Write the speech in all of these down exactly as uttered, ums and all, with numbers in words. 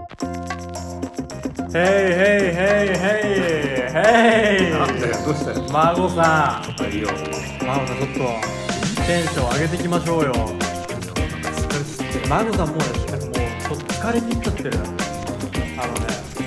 ヘイヘイヘイヘイヘイ。 なんだよ、どうしたよ。 孫さん、 はいよ。 孫さんちょっとテンション上げていきましょうよ。孫さんもうね、なんかもうちょっと疲れていっちゃってる。あのね、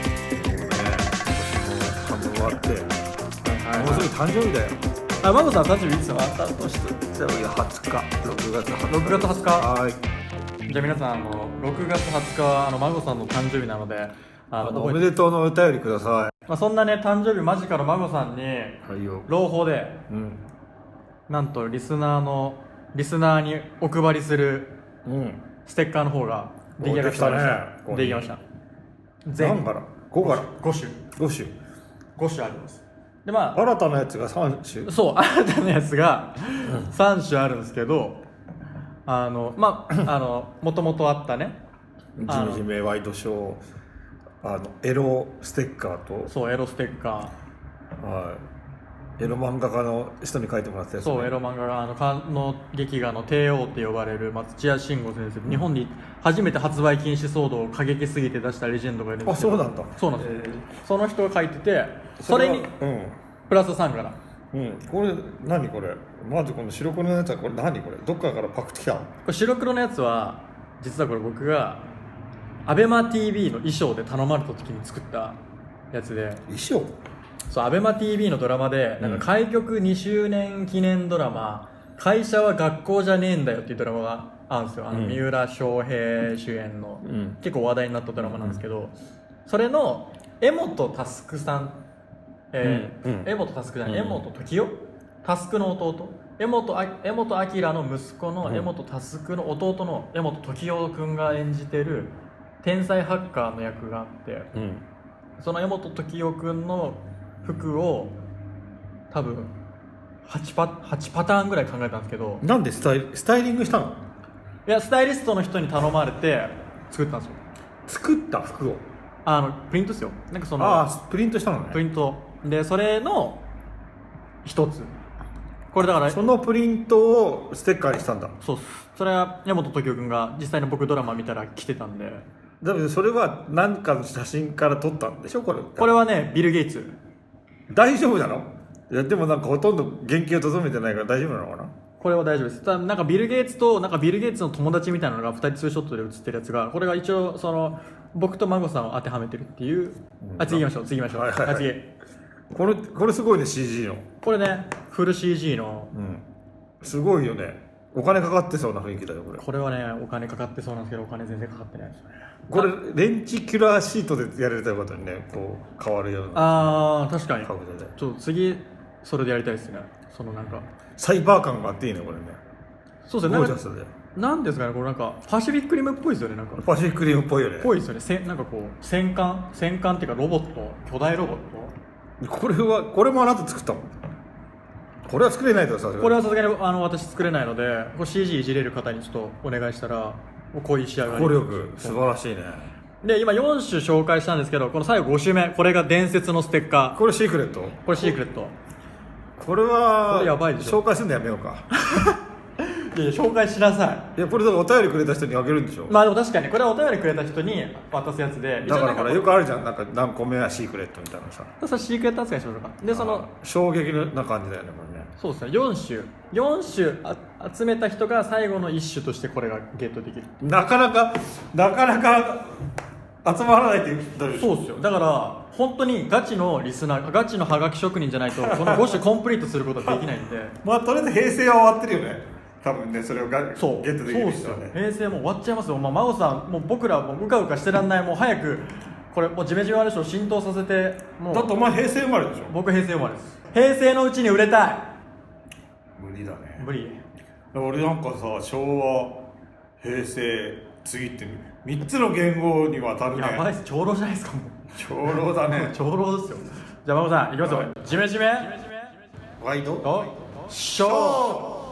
半分終わって、 はいもうすぐ誕生日だよ。 あ、孫さん誕生日いつだ？ あと一つ、はつか、ろくがつはつか。 ろくがつはつか。 はい。 じゃあ皆さん、あのろくがつはつかはあの孫さんの誕生日なので、ああのおめでとうのお便りくださまあ、そんなね誕生日間近の孫さんにい。はいよ。 朗報で、 うん。 なんとリスナーのリスナーにお配りするうん。 ステッカーの方が出来上がってました。 おできたねここにできました何からごからご種ご種。 ご種あります。でまあ新たなやつがさん種。 そう新たなやつがさん種あるんですけど、あのまああのもともとあったねジメジメワイドショー、あのエロステッカーと、 そうエロステッカはいエロ漫画家の人に書いてもらったー、 やつ、ね、 そうエロ漫画があのかの劇画の帝王って呼ばれる松屋慎吾先生、日本に初めて発売禁止騒動を過激すぎて出したレジェンドがいるんですけど、 あ、そうなんだ。 そうなんです、 えその人が書いてて、 ーそれにうんプラスさんからうん、これ何これ、まずこの白黒のやつはこれ何これ、どっかからパクってきたの？ これ白黒のやつは実はこれ僕がアベマ ティービー の衣装で頼まれた時に作ったやつで、 衣装？ そうアベマ ティービー のドラマでなんか開局にしゅうねん記念ドラマ、会社は学校じゃねえんだよっていうドラマがあるんですよ。あのうん三浦翔平主演の、 うん、 結構話題になったドラマなんですけど、それの江本佑さん、えーうんうん江本佑じゃない、 うん江本時生佑の弟、江本あ江本明の息子の江本佑の弟の江本時生君が演じてる天才ハッカーの役があって、 うんその江本時生君の服を多分はちパ、はちパターンぐらい考えたんですけど、 なんでスタイスタイリングしたの？ いやスタイリストの人に頼まれて作ったんですよ。 作った服を？ あのプリントですよ。なんかそのああ、プリントしたのね。 プリントで、それの一つ、これだからそのプリントをステッカーにしたんだ。 そうっす。それは山本時生君が実際に僕ドラマ見たら着てたんで。 だけどそれは何かの写真から撮ったんでしょこれ？ これはねビル・ゲイツ。 大丈夫なの？いやでもなんかほとんど原型をとどめてないから大丈夫なのかな？ これは大丈夫です。ただなんかビル・ゲイツとなんかビル・ゲイツの友達みたいなのがふたりツーショットで写ってるやつが、これが一応その僕と孫さんを当てはめてるっていう、あ次行きましょう次行きましょう、 はいはいはいあ次これこれすごいね シージー の。 これねフル シージー の、 うんすごいよね。お金かかってそうな雰囲気だよこれ。 これはねお金かかってそうなんですけど、お金全然かかってないですよね。 これレンチキュラーシートでやられたらよかったよね。こう変わるようなあー確かに角度でちょっと次それでやりたいですね。そのなんかサイバー感があっていいねこれね。 そうですね、なんかゴージャスでなんですかね、これなんかパシフィックリムっぽいですよね。なんかパシフィックリムっぽいよね。 ぽいですよね。せなんかこう戦艦戦艦っていうかロボット、巨大ロボット。 これはこれもあなた作ったもん。これは作れないとさ。 これはさすがにあの私作れないので、これ シージー いじれる方にちょっとお願いしたらもうこういう仕上がり。 効力素晴らしいね。 で今よん種紹介したんですけど、この最後ご種目、これが伝説のステッカー。 これシークレット。 これシークレット。 これはこれやばいでしょ。 紹介するのやめようか。 いやいや紹介しなさいやこれだからお便りくれた人にあげるんでしょ。 い。まあでも確かにこれはお便りくれた人に渡すやつで、 だからほらよくくあるじゃん、なんか何個目はシークレットみたいなさ。 それシークレット扱いしましょうか。でその衝撃な感じだよねこれね。 そうですね、よん種よん種あ集めた人が最後のいっ種としてこれがゲットできる。 なかなかなかなか集まらないって言ったでしょ。 そうですよ。だから本当にガチのリスナー、ガチのハガキ職人じゃないとこのご種コンプリートすることはできないんで。 まあとりあえず平成は終わってるよね多分ね。それをがそうゲットできる人はね。 平成もう終わっちゃいますよ。まあ、真央さんもう僕らもううかうかしてらんない。もう早くこれもうジメジメある人を浸透させて。もうだってお前平成生まれでしょ。 僕平成生まれです。平成のうちに売れたい。 無理だね。 無理。 俺なんかさ昭和平成次ってみっつの言語にわたるね。 やばいです。長老じゃないですかもう。 長老だね。 長老ですよ。じゃあ真央さんいきますよ。ジメジメワイドおショー。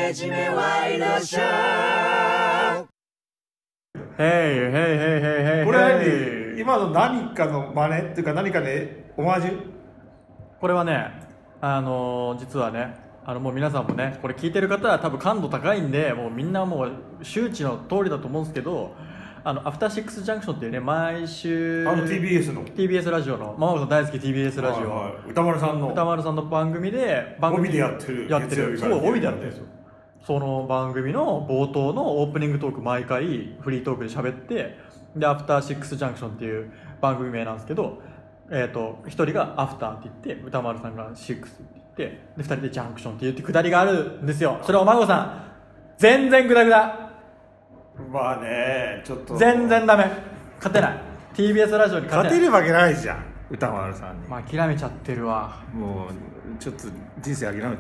めじめワイドショー。 へいへいへいへいへい。 これ今の何かの真似っていうか何かでオマージュ？ これはね、あのー、実はね、あのもう皆さんもねこれ聞いてる方は多分感度高いんで、もうみんなもう周知の通りだと思うんですけど、あのアフターシックスジャンクションっていうね、毎週あの ティービーエス のティービーエス ラジオのママさん大好き ティービーエス ラジオ、 はいはい、歌丸さんの歌丸さんの番組で番組帯でやってるやってるそう帯でやってるんですよ。その番組の冒頭のオープニングトーク毎回フリートークで喋って、でアフターシックスジャンクションっていう番組名なんですけど、えーとひとりがアフターって言って歌丸さんがシックスって言ってでふたりでジャンクションって言ってくだりがあるんですよ。それを孫さん全然グダグダ、 まあねちょっと全然ダメ、勝てない ティービーエス ラジオに勝てない。 勝てるわけないじゃん歌丸さんに。 まあ諦めちゃってるわ。 もうちょっと人生諦めてない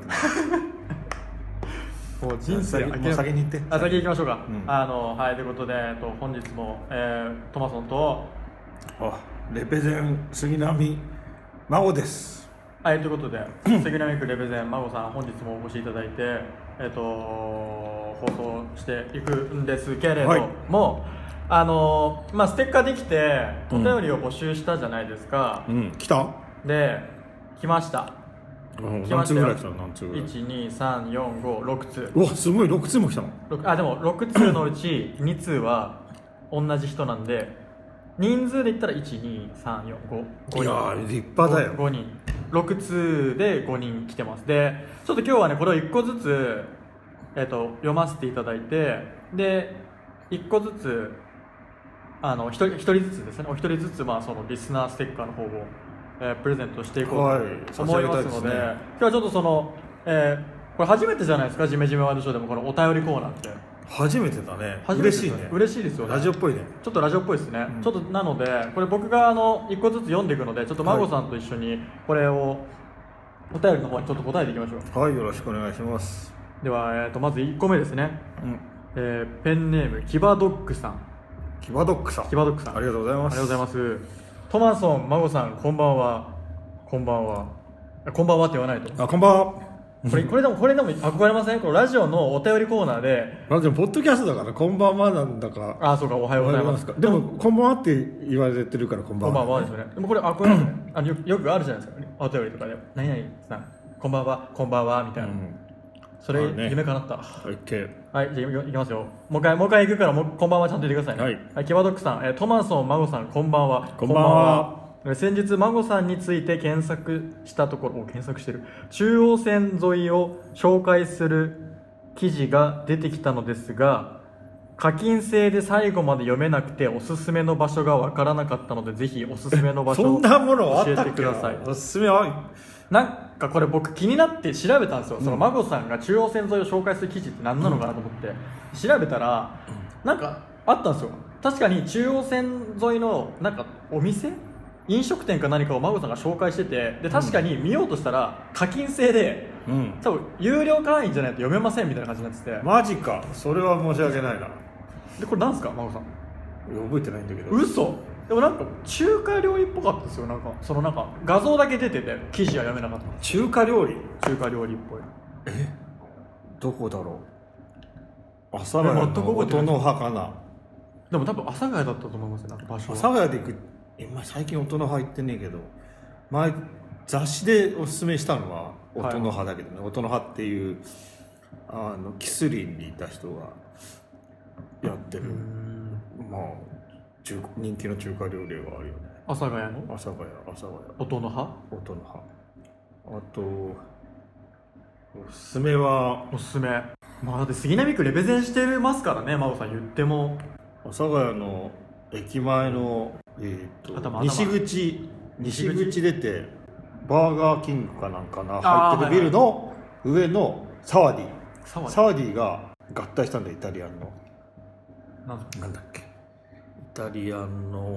もう人生諦めもう先に行ってあ先行きましょうか、 うん、 あのはいということで、えっと、本日も、えー、トマソンとあレペゼン杉並孫です。 はいということで杉並区レペゼン孫さん本日もお越しいただいて、えっと、放送していくんですけれども、はい、あのまあステッカーできてお便りを募集したじゃないですか、 うん、うん、来たで来ました。 何通ぐらい来たの？何通ぐらい？ いち、に、さん、よん、ご、ろく通。 うわすごいろく通も来たの？ あでもろく通のうちに通は同じ人なんで、人数で言ったらいち、に、さん、よん、ご、ごにん。 いやー立派だよ。 ごにん、ろく通でごにん来てます。でちょっと今日はねこれをいっこずつ、えー、と読ませていただいて、でいっこずつあの 1, 人ひとりずつですね、お一人ずつ、まあ、そのリスナーステッカーの方をえー、プレゼントしていこうと思いますので、はい、今日はちょっとその、えー、これ初めてじゃないですか、ジメジメワードショーでもこのお便りコーナーって初めてだね。 嬉しいね。 嬉しいですよね。 ラジオっぽいね。 ちょっとラジオっぽいですね、うん、ちょっとなのでこれ僕があのいっこずつ読んでいくので、ちょっと孫さんと一緒にこれをお便りの方にちょっと答えていきましょう。 はい、よろしくお願いします。 では、えー、とまずいっこめですね、うんえー、ペンネームキバドッグさん。 キバドッグさんキバドッグさんありがとうございます。 ありがとうございます。トマソン孫さんこんばんは。こんばんは。こんばんはって言わないと。 あ、こんばんは。 これこれでもこれでも憧れません？このラジオのお便りコーナーで。 ラジオポッドキャストだからこんばんはなんだか。 あ、そうか、おはようございます。 でもこんばんはって言われてるからこんばんは。 こんばんはですよね。でもこれ憧れますね。あのよよくあるじゃないですか。お便りとかで何々さんこんばんはこんばんはみたいな。うん、それ、ね、夢かなった。 オッケー。 はい、じゃあいきますよ。もう一回もう一回行くからもうこんばんはちゃんと言ってくださいね。はい。はい、キバドックさん、えトマソン孫さんこんばんは。 こんばんは。 先日孫さんについて検索したところ、検索してる中央線沿いを紹介する記事が出てきたのですが、課金制で最後まで読めなくておすすめの場所が分からなかったので、ぜひおすすめの場所を教えてください。 おすすめはなんかこれ僕気になって調べたんですよ、うん、その孫さんが中央線沿いを紹介する記事って何なのかなと思って、うん、調べたらなんかあったんですよ。確かに中央線沿いのなんかお店飲食店か何かを孫さんが紹介してて、で確かに見ようとしたら課金制で、うん、多分有料会員じゃないと読めませんみたいな感じになってて。 マジか、それは申し訳ないな。 でこれなんですか孫さん？ 覚えてないんだけど。 嘘。でもなんか中華料理っぽかったですよ。なんかそのなんか画像だけ出てて記事は読めなかった。 中華料理？ 中華料理っぽい。 えどこだろう。阿佐ヶ谷の音の葉かな。 でも多分阿佐ヶ谷だったと思いますよ、なんか場所は。 阿佐ヶ谷で行く。今最近音の葉行ってねえけど、前雑誌でおすすめしたのは音の葉だけどね、はい、音の葉っていうあのキスリンにいた人がやってる、まあ人気の中華料理があるよね。 阿佐ヶ谷の？ 阿佐ヶ谷、阿佐ヶ谷。 音の葉？ 音の葉。あとおすすめはおすすめ。まあだって杉並区レペゼンしてますからね、真央さん言っても。 阿佐ヶ谷の駅前のえー、と西口西口出てバーガーキングかなんかな入ってるビルの上のサワディサワディ、サワディが合体したんだ。イタリアンのなんだっけイタリアンの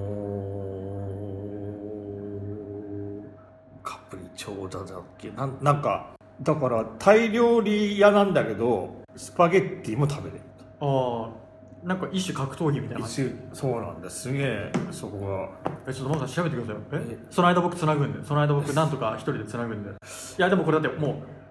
カプリチョーザだっけ な, なんかだからタイ料理屋なんだけどスパゲッティも食べれる。 ああ、なんか一種格闘技みたいな。 一種、そうなんだ。すげえそこが。 え、ちょっとまだ調べてくださいよ。え、その間僕つなぐんで、その間僕なんとか一人でつなぐんで。いやでもこれだってもう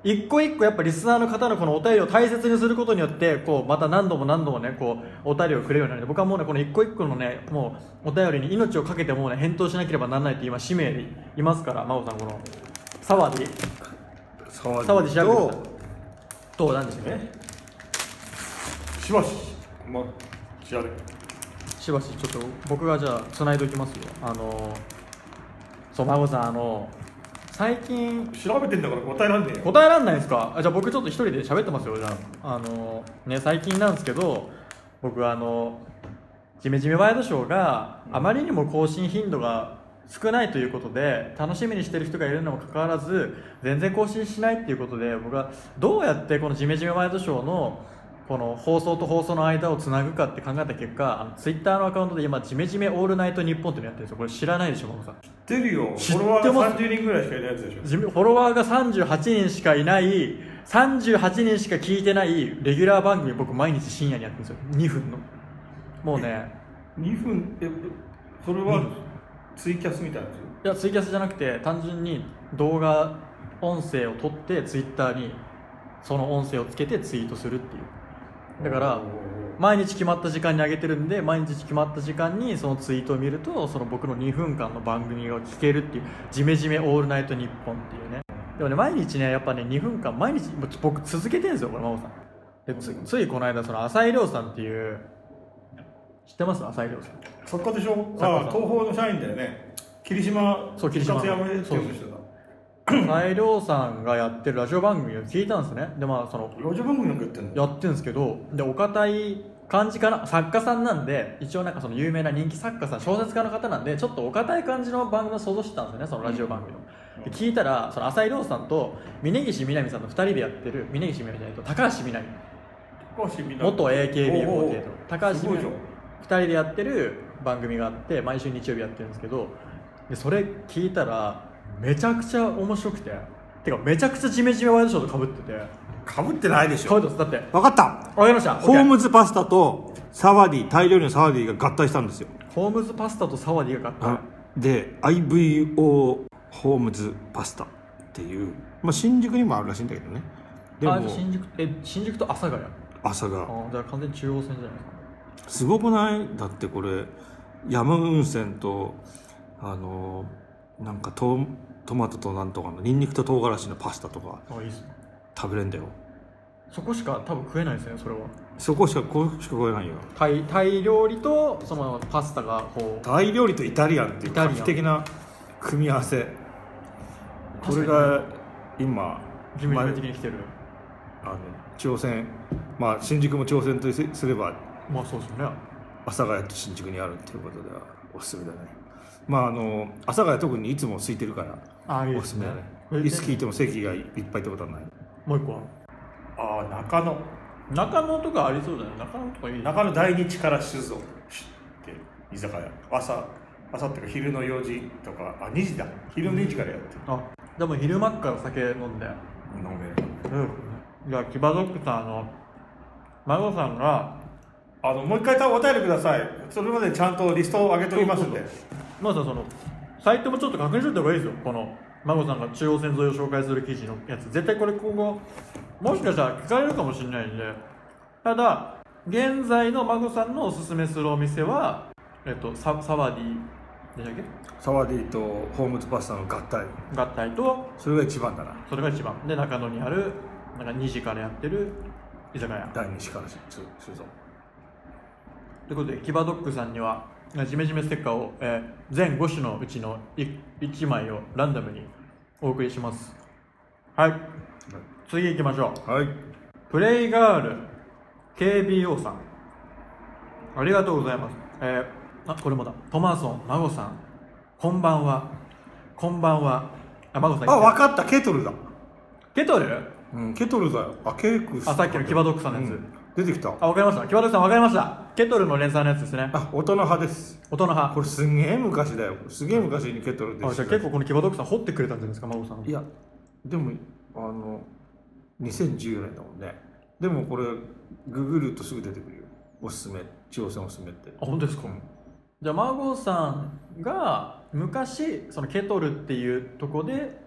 一個一個やっぱリスナーの方のこのお便りを大切にすることによってこうまた何度も何度もねこうお便りをくれるようになるので、僕はもうねこの一個一個のねもうお便りに命をかけてもうね返答しなければならないという今使命でいますから、真央さんこのサワディサワディサワディ調べてください。と何でしたっけ？ しばしま調べしばしちょっと僕がじゃあ繋いでおきますよ。あのそう真央さんあの最近調べてんだから答えらんねえよ。 答えらんないんですか？あじゃあ僕ちょっと一人で喋ってますよ。じゃああのね最近なんですけど、僕あのジメジメワイドショーがあまりにも更新頻度が少ないということで楽しみにしてる人がいるにもかかわらず全然更新しないっていうことで、僕はどうやってこのジメジメワイドショーのこの放送と放送の間をつなぐかって考えた結果、あのツイッターのアカウントで今ジメジメオールナイトニッポンっていうのやってるんですよ。これ知らないでしょ、マモさん。 知ってるよ。 知ってフォロワーますがさんじゅうにんぐらいしかいないやつでしょ。 フォロワーがさんじゅうはちにんしかいないさんじゅうはちにんしか聞いてないレギュラー番組、僕毎日深夜にやってるんですよ。にふんのもうねにふんえそれはツイキャスみたいなやつ？ いやツイキャスじゃなくて単純に動画音声を撮ってツイッターにその音声をつけてツイートするっていう。だから毎日決まった時間に上げてるんで、毎日決まった時間にそのツイートを見るとその僕のにふんかんの番組が聞けるっていうジメジメオールナイトニッポンっていうね。でもね毎日ねやっぱねにふんかん毎日僕続けてるんですよ、これ真央さんで つ, ついこの間その浅井亮さんっていう知ってます？浅井亮さん作家でしょ？ 作家さんああ東宝の社員だよね。霧島そう霧島二つ山でっていう人だ。 浅井亮さんがやってるラジオ番組を聞いたんですね。でまあそのラジオ番組なんかやってんの？ やってるんですけど、でお堅い感じかな、作家さんなんで一応なんかその有名な人気作家さん小説家の方なんでちょっとお堅い感じの番組を想像してたんですよね、そのラジオ番組の。で聞いたらその浅井亮さんと峯岸みなみさんのふたりでやってる、峯岸みなみじゃないと高橋みなみ元 エーケービーフォーティーエイト 高橋みなみふたりでやってる番組があって毎週日曜日やってるんですけど、でそれ聞いたらめちゃくちゃ面白くて、てかめちゃくちゃジメジメワイドショーとかぶってて。 かぶってないでしょ。 かぶってます。だって分かった。 わかりました。 ホームズパスタとサワディ、タイ料理のサワディが合体したんですよ。 ホームズパスタとサワディが合体で アイブイオー ホームズパスタっていう、まあ、新宿にもあるらしいんだけどね。でもあ新宿え新宿と阿佐ヶ谷。 朝があじゃあ完全に中央線じゃないですか。 すごくない？だってこれ山雲泉とあのなんかトトマトとなんとかのニンニクと唐辛子のパスタとかあいいっすね。 食べれんだよ。 そこしか多分食えないですね、それは。 そこしかこうしか食えないよ。 タイタイ料理とそのパスタがこうタイ料理とイタリアンっていう画期的な組み合わせ。これが今ジメジメ的に来てる。 あの挑戦、まあ新宿も挑戦とすればまあそうですよね。 阿佐ヶ谷と新宿にあるっていうことではおすすめだね。まああの阿佐ヶ谷特にいつも空いてるからあいいおですすねめだね。いつ聞いても席がいっぱいってことはない。 もう一個はああ中野中野とかありそうだね。中野とかいい。 中野大日から酒造って居酒屋朝朝っていうか昼のよじとかあにじだ昼のにじからやってる。 あでも昼間っから酒飲んで飲める。 うんじゃあキバドックさんあの孫さんがあのもう一回お便りください。それまでちゃんとリストを上げておきますんで。 まずはそのサイトもちょっと確認しておいた方がいいですよ。この孫さんが中央線沿いを紹介する記事のやつ絶対これ今後もしかしたら聞かれるかもしれないんで。ただ現在の孫さんのおすすめするお店はえっとササワディでしたっけ？ サワディとホームズパスタの合体。 合体とそれが一番だな。 それが一番で中野にあるなんかにじからやってる居酒屋第二子から酒造。 ということでキバドックさんにはジメジメステッカーを、えー、全ご種のうちのいちまいをランダムにお送りします。はい、はい、次行きましょう。 はい。 プレイガール ケービーオー さんありがとうございます。えー、あこれもだトマソン孫さんこんばんはこんばんは。あ孫さんあ分かったケトルだ。 ケトル？ うんケトルだよ。あケークあさっきのキバドックさんのやつ、うん、 出てきた。 あ分かりました。キバドックさん分かりました。ケトルの連載のやつですね。 あ音の葉です。 音の葉これすんげえ昔だよ。すげえ昔にケトルであじゃあ結構このキバドックさん掘ってくれたんじゃないですか孫さん。 いやでもあのにせんじゅうよねんだもんね。でもこれググるとすぐ出てくるよ。おすすめ中央線おすすめって。 あ本当ですか、うん、じゃあ孫さんが昔そのケトルっていうとこで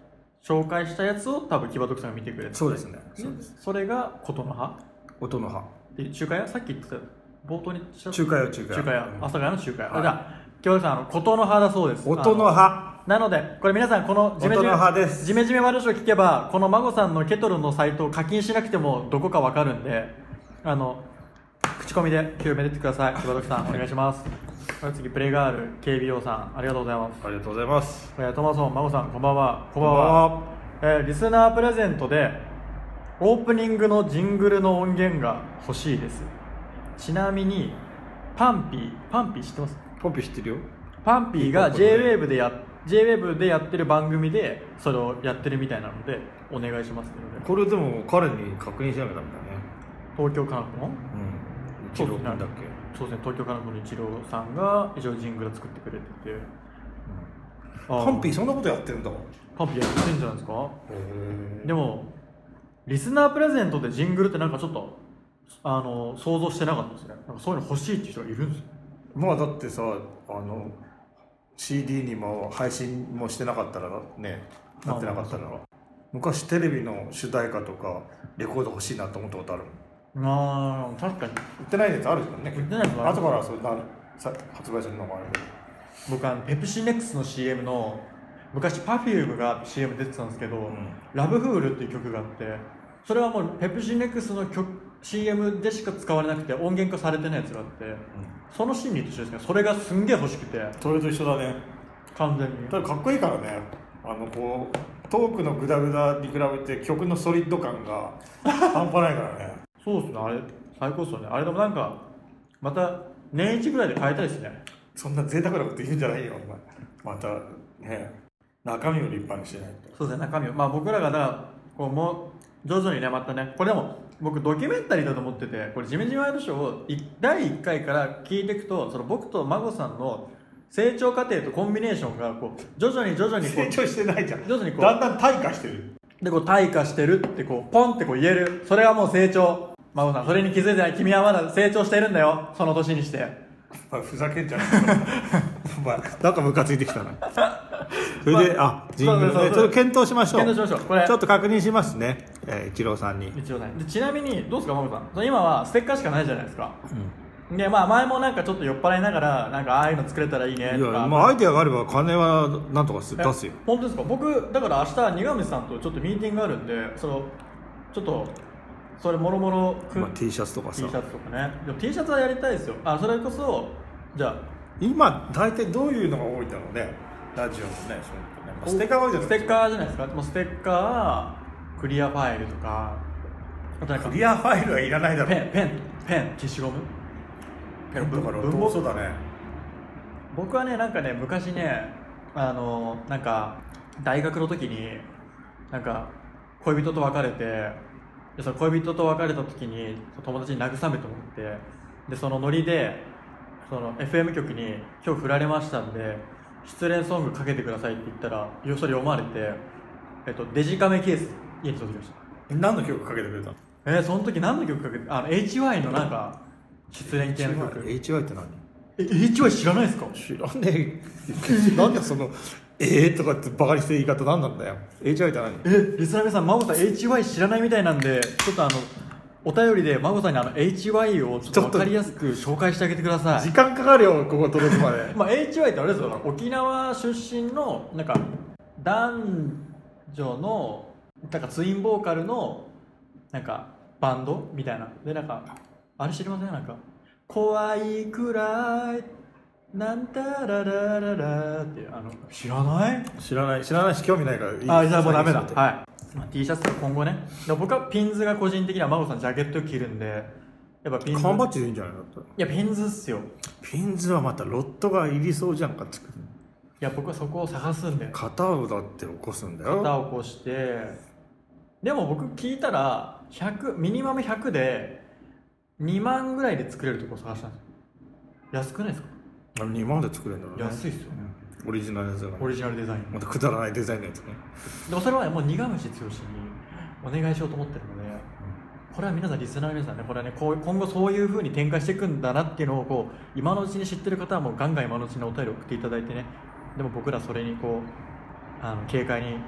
紹介したやつを多分木場徳さんが見てくれて、 そうですね。そうです。 それが琴の葉音の葉で、中華屋さっき言ってた冒頭に中華屋中華屋中華屋、阿佐ヶ谷の中華屋、はい、じゃあ木場徳さん、あの琴の葉だそうです。 音の葉なのでこれ皆さん、このジメジメジメジメワルシを聞けば、この孫さんのケトルのサイトを課金しなくてもどこかわかるんで、あの口コミで給与めてってください。木場徳さんお願いします。次プレイガール ケービーオー さん、ありがとうございます。 ありがとうございます。 えー、トマソン孫さん、こんばんは。こんばんは。えー、リスナープレゼントでオープニングのジングルの音源が欲しいです。ちなみにパンピーパンピー知ってます？ パンピー知ってるよ。 パンピーが ジェイウェーブ でや ジェイウェーブ でやってる番組でそれをやってるみたいなのでお願いしますので。 これでも彼に確認しなきゃダメだね。 東京科学の、うん、 一郎君だっけ。 そうですね、東京科学の一郎さんが一応ジングル作ってくれてて、うん、 パンピーそんなことやってるんだ。 パンピーやってるんじゃないですか。でもリスナープレゼントでジングルってなんかちょっとあの想像してなかったですね。なんかそういうの欲しいっていう人がいるんですよ。 まあだってさ、あの シーディー にも配信もしてなかったらね、なってなかったら、昔テレビの主題歌とかレコード欲しいなと思ったことある。 ああ、確かに売ってないやつあるじゃんね。 売ってないやつある。 後からそれな発売するのもあるけど、 僕あのペプシネックスの シーエム の昔 Perfume が シーエム 出てたんですけど、うん、ラブフールっていう曲があって、それはもうペプシネックスの曲 シーエム でしか使われなくて音源化されてないやつがあって、うん、その心理と一緒ですね。それがすんげえ欲しくて。 それと一緒だね、 完全に。 ただかっこいいからね。あのこうトークのグダグダに比べて曲のソリッド感が半端ないからね。 そうですね、あれ最高っすよね。あれでもなんかまた年一ぐらいで変えたいですね。 そんな贅沢なこと言うんじゃないよお前。またね、中身を立派にしないと。 そうですね、中身を。まあ僕らがだからこうもう徐々にね、またね、これでも僕ドキュメンタリーだと思ってて、これジメジメワイドショーをだいいっかいから聞いていくと、その僕と孫さんの成長過程とコンビネーションがこう徐々に徐々にこう成長してないじゃん。 徐々にこうだんだん退化してる。 でこう退化してるってこうポンってこう言える。それがもう成長。孫さん、それに気づいてない。君はまだ成長してるんだよ、その年にして。 お前ふざけんじゃないお前なんかムカついてきたな。それで、あ、ジングルね、ちょっと検討しましょう。 検討しましょう。これちょっと確認しますね、えー、一郎さんに。 一郎さんで、ちなみにどうですか孫さん、今はステッカーしかないじゃないですか、うん、でまあ前もなんかちょっと酔っ払いながらなんかああいうの作れたらいいねとか。 いや、まあアイデアがあれば金はなんとか出すよ。 本当ですか。僕だから明日苦水さんとちょっとミーティングがあるんで、そのちょっとそれもろもろ T シャツとかさ T シャツとかね。でも T シャツはやりたいですよ。あ、それこそじゃあ今大体どういうのが多いだろうね、ラジオのね。そうステッカーが多いじゃないですか。 ステッカーじゃないですか。もうステッカー、クリアファイルとか、あとなんかクリアファイルはいらないだろう。 ペンペンペン消しゴムペンとか文房そうだね。 僕はね、なんかね、昔ね、あのなんか大学の時になんか恋人と別れて、でその恋人と別れた時に友達に慰めてもらって、でそのノリでその エフエム 局に今日振られましたんで失恋ソングかけてくださいって言ったら、それ読まれて、えっと、デジカメケース家に届きました。 え、何の曲かけてくれたの？ えー、その時何の曲かけて、あの エイチワイ のなんか失恋系の曲。 エイチワイ って何？ え エイチワイ 知らないですか？ 知らねえなんでそのえーとかってバカにして言い方何なんだよ。 エイチワイ って何？ え、リスナー皆さん、孫さん エイチワイ 知らないみたいなんで、ちょっとあのお便りで孫さんにあの エイチワイ をちょっと分かりやすく紹介してあげてください。 時間かかるよ、ここ届くまでまあ エイチワイ ってあれですよ、沖縄出身のなんか男女のなんかツインボーカルのなんかバンドみたいなで、なんかあれ知りません？なんか怖いくらいなんたららららってあの知らない知らない知らないし興味ないからいい。 あ、じゃあもうダメだ。はい、まあ、T シャツとか今後ね。で僕はピンズが個人的には孫さんジャケット着るんで、やっぱピンズ缶バッジでいいんじゃないの？いやピンズっすよ。 ピンズはまたロットがいりそうじゃんか。作る。いや僕はそこを探すんで。 型をだって起こすんだよ。 型を起こして、でも僕聞いたらひゃくミニマムひゃくでにまんぐらいで作れるところ探したんですよ。安くないですか？ にまんで作れるんだろうね。 安いっすよ、 うん、オリジナルデザイン。 オリジナルデザイン。 またくだらないデザインのやつね。 でもそれはもう苦虫剛にお願いしようと思ってるので、これは皆さんリスナーの皆さんね、これはね、こう今後そういう風に展開していくんだなっていうのをこう今のうちに知ってる方はもうガンガン今のうちにお便り送っていただいてね。でも僕らそれにこうあの軽快に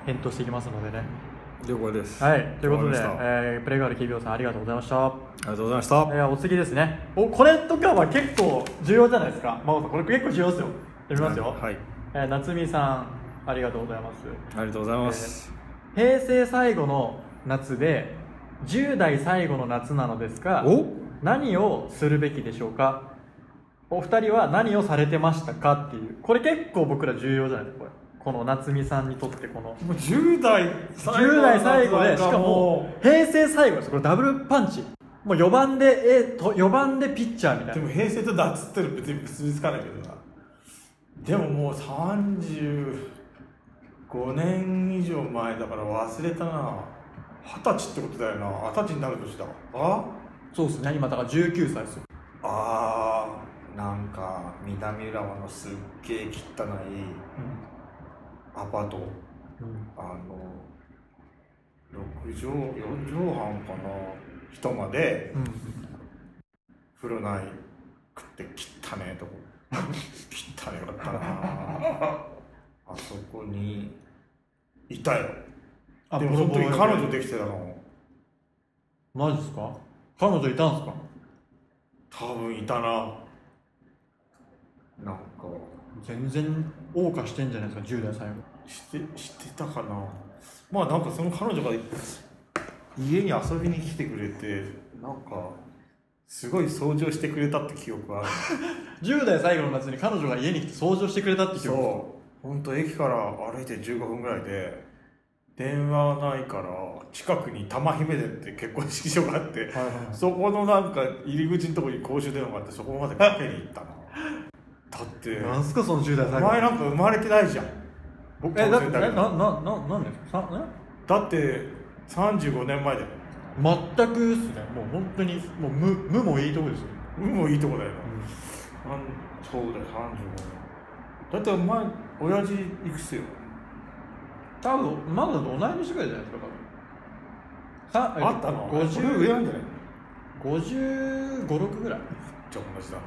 返答していきますのでね。 了解です。 はい、ということで、 わかりました。 えー、プレイガールキービオさんありがとうございました。 ありがとうございました。 えー、お次ですね。お、これとかは結構重要じゃないですか。真央さん、これ結構重要ですよ。読みますよ。 はい。 えー、夏美さんありがとうございます。 ありがとうございます。 えー、平成最後の夏でじゅう代最後の夏なのですが、 お何をするべきでしょうか。お二人は何をされてましたかっていう、これ結構僕ら重要じゃないですか。これこの夏美さんにとってこのもうじゅう代じゅう代最後で、しかも平成最後です。これダブルパンチ、もうよばんでえとよばんでピッチャーみたいな。 でも平成と夏っての別に結びつかないけどな。でももうさんじゅうごねん以上前だから忘れたな。二十歳ってことだよな。二十歳になる年だ。あそうですね、今だからじゅうきゅうさいですよ。 あー、なんか南浦和のすっげえ汚いアパート、 うん、 あのろくじょうよんじょうはんかな、人まで、 うん、 風呂ないくって汚ねえとこ汚ねかったなあそこにいたよ。 あ、 でもその時彼女できてたの。 マジですか。彼女いたんですか。 多分いたな。なんか全然謳歌してんじゃないですか、じゅう代最後。 してしてたかな。まあなんかその彼女が家に遊びに来てくれて、なんかすごい掃除をしてくれたって記憶があるじゅう代最後の夏に彼女が家に来て掃除をしてくれたって記憶。 そう本当駅から歩いてじゅうごふんぐらいで、電話ないから近くに玉姫殿って結婚式場があって、はいはいはい、そこのなんか入り口のところに公衆電話があって、そこまでかけに行ったなだってなんすかそのじゅう代最後。 お前なんか生まれてないじゃん。 僕えだってななななんですか。さだってさんじゅうごねんまえだよ。 全くっすね。もう本当にもう無無もいいとこですよ。 無もいいとこだよな、うん、そうだよさんじゅうごねんだってお前親父いくつよ。 多分まだと同い年ぐらいじゃないですか。 多分あったのごじゅう上なんじゃない。 ごじゅうご、ろくぐらい。 じゃあ同じだな。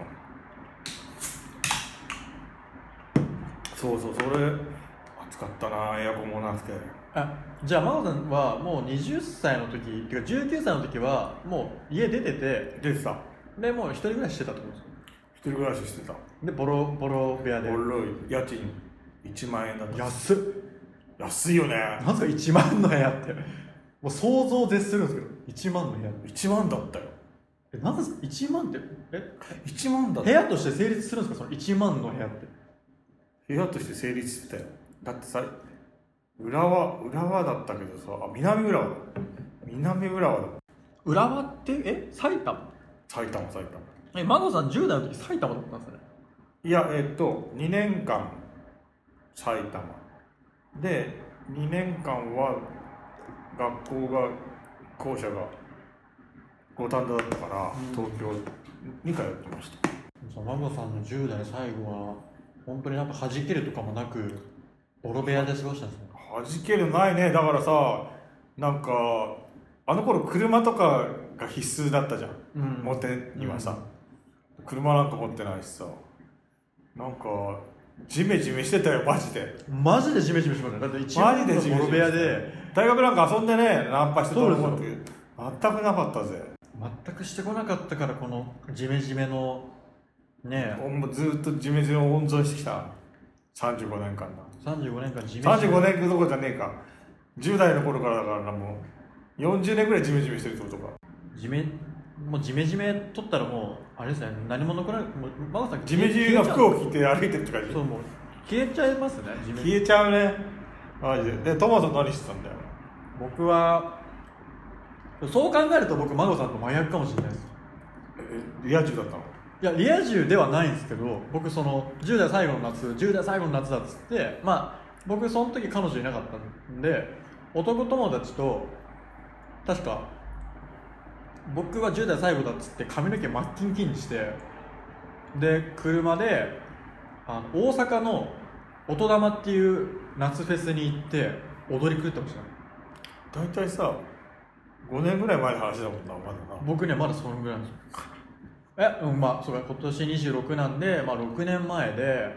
そうそう、それ暑かったな、エアコンもなくて。 あ、じゃあ真央さんはもうはたちの時っていうかじゅうきゅうさいの時はもう家出てて出てた。 でもう一人暮らししてたってことですか。 一人暮らししてた。 でボロボロ部屋でボロい家賃いちまんえんだった。 安っ。 安いよね。 なんすかいちまんの部屋って。もう想像を絶するんですけど、いちまんの部屋いちまんだったよ。 え、なんですかいちまんって。えいちまんだった。 部屋として成立するんですか、そのいちまんの部屋って。 部屋として成立してたよ。だってさ、浦和浦和だったけどさ、あ、南浦和だ。南浦和だ。 浦和ってえ埼玉。 埼玉埼玉。 え、真央さんじゅう代の時埼玉だったんですね。 いや、えっとにねんかん埼玉で、にねんかんは学校が校舎が五反田だったから、うん、東京に通ってました。 真央さんのじゅう代最後は本当になんか弾けるとかもなくボロ部屋で過ごしたんですね。 弾けるないね。だからさ、なんかあの頃車とかが必須だったじゃん、うん、持って今さ、うん、車なんか持ってないしさ、なんかジメジメしてたよマジで。 マジでジメジメしました。だって一番のボロ部屋で大学なんか遊んでねナンパしてたと思って全くなかったぜ。 全くしてこなかったからこのジメジメのねえ、 もうずっとジメジメを温存してきたさんじゅうごねんかんだ。 さんじゅうごねんかんジメジメ。 さんじゅうごねんどころじゃねえか。じゅう代の頃からだからもうよんじゅうねんぐらいジメジメしてるってことか。 ジメもうジメジメ取ったらもうあれですね、何も残らない。もう真央さんジメジメの服を着て歩いてるって感じ。 そう、もう消えちゃいますね。ジメ消えちゃうねマジで。でトマさん何してたんだよ。 僕はそう考えると僕真央さんと真逆かもしれないです。 えリア充だったの。 いやリア充ではないんですけど、僕そのじゅう代最後の夏じゅう代最後の夏だっつって、まあ僕その時彼女いなかったんで男友達と確か僕はじゅう代最後だっつって髪の毛マッキンキンにしてで車であの大阪の音玉っていう夏フェスに行って踊り狂ってましたね。 大体さごねんぐらい前の話だもんな。まだな僕にはまだそのぐらいなんですよ。え、うん、まあそうか、今年にじゅうろくなんで、まあ、ろくねんまえで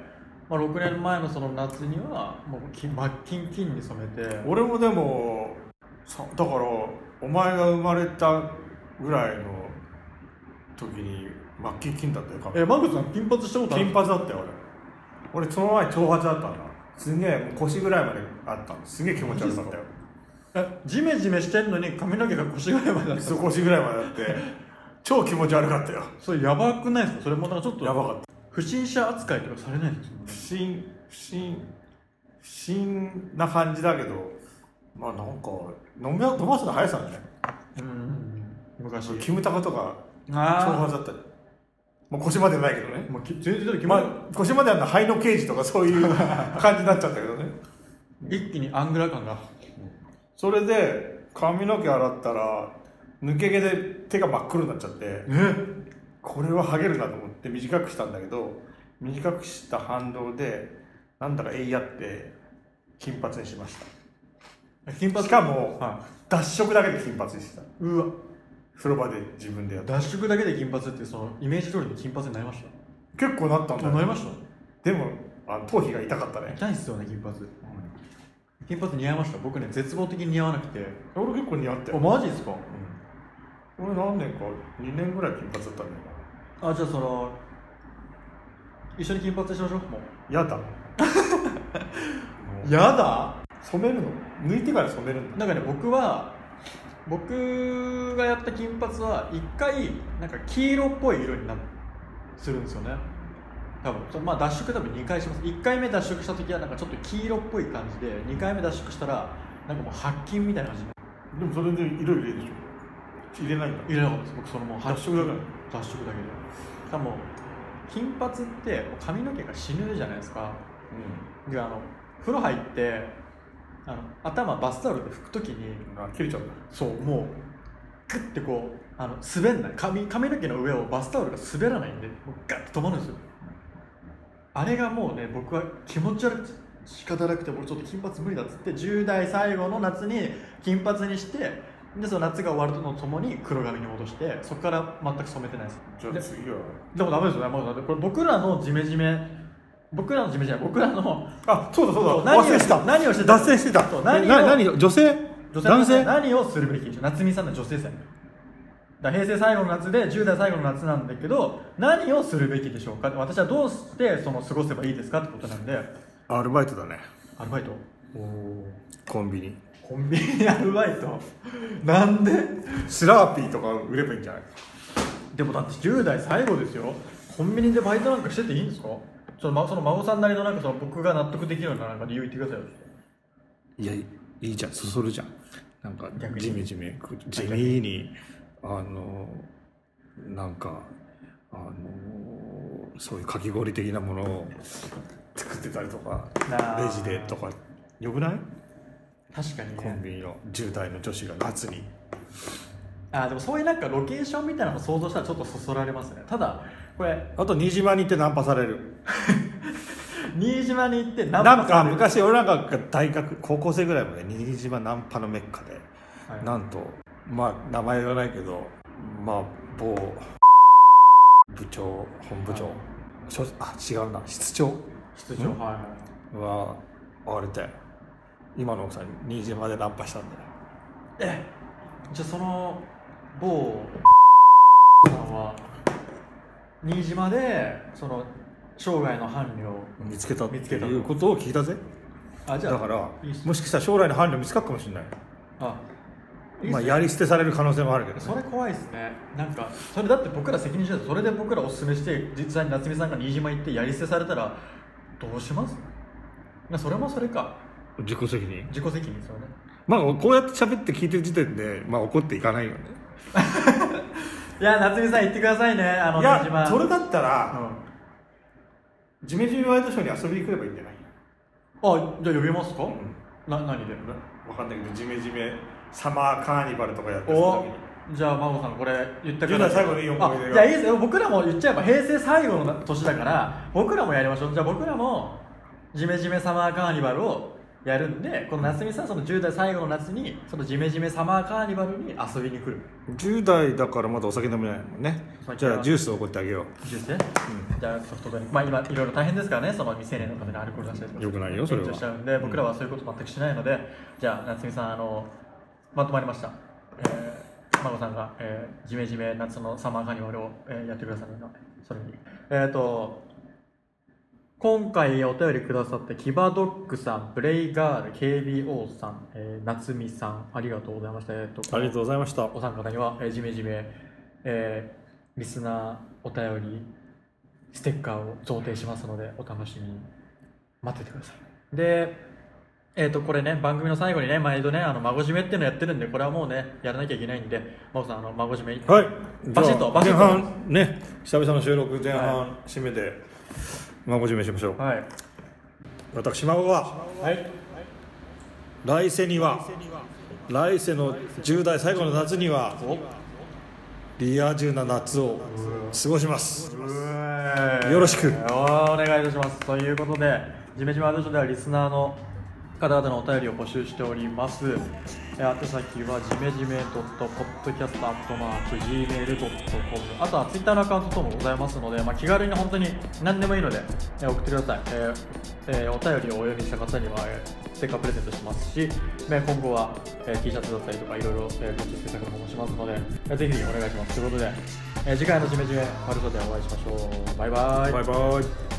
まあ、ろくねんまえのその夏にはもう金真っ金金に染めて。 俺もでもさだからお前が生まれたぐらいの時に真っ金金だったよ髪。 え、マグさん金髪したことある？ 金髪だったよ俺。俺その前長髪だったんだ。すげえもう腰ぐらいまであったの。すげえ気持ち悪かったよ。 え、ジメジメしてんのに髪の毛が腰ぐらいまであった。 そう腰ぐらいまであって超気持ち悪かったよ。 それやばくないですか？それもなんかちょっとやばかった。 不審者扱いとかされないんですよ。 不審不審不審な感じだけど、まあなんか飲み飲ますの速さだね。 うん昔キムタカとか長あ髪だったじゃん。もう腰までないけどね。 あ、もうき全然だってまあ腰まであるのは肺の刑事とかそういう感じになっちゃったけどね。 一気にアングラ感が。 それで髪の毛洗ったら抜け毛で手が真っ黒になっちゃって、 えこれはハゲるなと思って短くしたんだけど、短くした反動でなんだかえいやって金髪にしました。 金髪しかも、 は脱色だけで金髪にした。 うわ、 風呂場で自分でやった。 脱色だけで金髪ってそのイメージ通りの金髪になりまし結構なったんだた。 よ。 なりました。 でもあの頭皮が痛かったね。 痛いっすよね金髪。金髪似合いました。僕ね絶望的に似合わなくて。 俺結構似合ったあ、 よ。 マジですか？ 俺何年かにねんぐらい金髪だったんだよ。 あ、じゃあその一緒に金髪にしましょう。もうやだ。 やだ。 染めるの抜いてから染めるんだ。 なんかね、僕は僕がやった金髪は一回なんか黄色っぽい色になするんですよね。多分そまあ脱色多分にかいします。いっかいめ脱色した時はなんかちょっと黄色っぽい感じで、にかいめ脱色したらなんかもう白金みたいな感じに。 でもそれで色入れるでしょ。入れないんだ。 入れなかったです。僕そのもう脱色だから脱色だけで。しかも金髪って髪の毛が死ぬじゃないですか。 うで、あの風呂入ってあの頭バスタオルで拭くときに、 ん。あ、切れちゃうんだ。 そうもうグッてこうあの滑んない 髪, 髪の毛の上をバスタオルが滑らないんで、もうガッと止まるんですよ。あれがもうね、僕は気持ち悪くて仕方なくて、俺ちょっと金髪無理だっつってじゅう代最後の夏に金髪にして、でその夏が終わるとのともに黒髪に戻して、そこから全く染めてないです。 じゃあ次は。 でもダメですよね。もうだってこれ僕らのジメジメ僕らのジメジメ僕らのあ、そうだそうだ。 何を忘れてた。 何をしてた脱線してた。 そう何をな何女性？ 女性男性？ 何をするべきでしょう。夏美さんの女性線だから平成最後の夏でじゅう代最後の夏なんだけど、何をするべきでしょうか。私はどうしてその過ごせばいいですかってことなんで。 アルバイトだね。 アルバイト、 コンビニ。 コンビニアルバイトなんで？ スラーピーとか売ればいいんじゃない？ でもだってじゅう代最後ですよ。コンビニでバイトなんかしてていいんですか？そのその孫さんなりのなんかその僕が納得できるようななんか理由言ってくださいよ。 いや、いいじゃん、そそるじゃん。なんか逆にジメジメ地味にあのなんかあのそういうかき氷的なものを作ってたりとか、レジでとかよくない？ 確かにね。 コンビニのじゅう代の女子が夏に。 あ、でもそういうなんかロケーションみたいなのを想像したらちょっとそそられますね。ただこれあと新島に行ってナンパされる。 新島に行ってナンなんかパされる。 昔俺なんか大学高校生ぐらいまで新島ナンパのメッカで、 はい、 なんとまあ名前言わないけど、まあ某部長本部長、はい、あ違うな室長室長、はいはいはあれで今の奥さん新島でナンパしたんだよ。 えじゃあその某さんは新島でその生涯の伴侶を見つけたって見つけたいうことを聞いたぜ。 あ、じゃあだからいいっすもしかしたら将来の伴侶見つかるかもしれない。 あいいっすね。 まあやり捨てされる可能性もあるけどね。 それ怖いですね。なんかそれだって僕ら責任者で、それで僕らおすすめして実際に夏美さんが新島行ってやり捨てされたらどうします？それもそれか。 自己責任。 自己責任ですよね。 まあこうやって喋って聞いてる時点でまあ怒っていかないよね。 いや夏美さん言ってくださいね。あのいや新島それだったら、 うん、 ジメジメワイドショーに遊びに来ればいいんじゃない？ あ、じゃあ呼びますか？うん、な何で？ わかんないけどジメジメサマーカーニバルとかやってるおじゃあ真帆さんこれ言ったからじゃあ最後にいい思い出が。 あ、じゃあいいですよ。僕らも言っちゃえば平成最後の年だから僕らもやりましょう。じゃあ僕らもジメジメサマーカーニバルをやるんで、この夏美さんそのじゅう代最後の夏にそのジメジメサマーカーニバルに遊びに来る。 じゅう代だからまだお酒飲めないもんね。じゃあジュースをおごってあげよう。 ジュースね、うん、じゃあソフトドリンク、まあ今いろいろ大変ですからね、その未成年の方にアルコール出したりとかよくないよそれは緊張しちゃうんで、僕らはそういうこと全くしないので、じゃあ夏美さん、あのまとまりました。えー、孫さんが、えー、ジメジメ夏のサマーカーニバルを、えー、やってくださるので、それにえっ、ー、と今回お便りくださったキバドッグさん、プレイガール、ケービーオー さん、えー、夏美さん、ありがとうございました。えー、とありがとうございました。 お三方には、えー、ジメジメ、えー、リスナーお便りステッカーを贈呈しますので、お楽しみに待っててください。で、えー、とこれね、番組の最後にね、毎度ね、あの孫締めっていうのやってるんで、これはもうね、やらなきゃいけないんで、孫さん、あの孫締め、 はい、 バシッと、バシッ前と。 半ね、久々の収録前半、 はい、 締めて孫締めしましょう。 はい、 私孫は、 はい、 来世には来世のじゅう代最後の夏にはリア充な夏を過ごします。よろしくお願いいたします。ということで、ジメジメワードショーではリスナーの方々のお便りを募集しております。えー、宛先はジメジメ ドットポッドキャストアットマークジーメールドットコム、 あとはツイッターのアカウント等もございますので、まあ、気軽に本当に何でもいいので、えー、送ってください。えーえー、お便りをお読みした方には、えー、ステッカープレゼントしますし、えー、今後は、えー、T シャツだったりとかいろいろ、えー、グッズ制作の方もしますので、えー、ぜひお願いします。ということで、えー、次回のジメジメワールドでお会いしましょう。バイバイ。 バイバイ。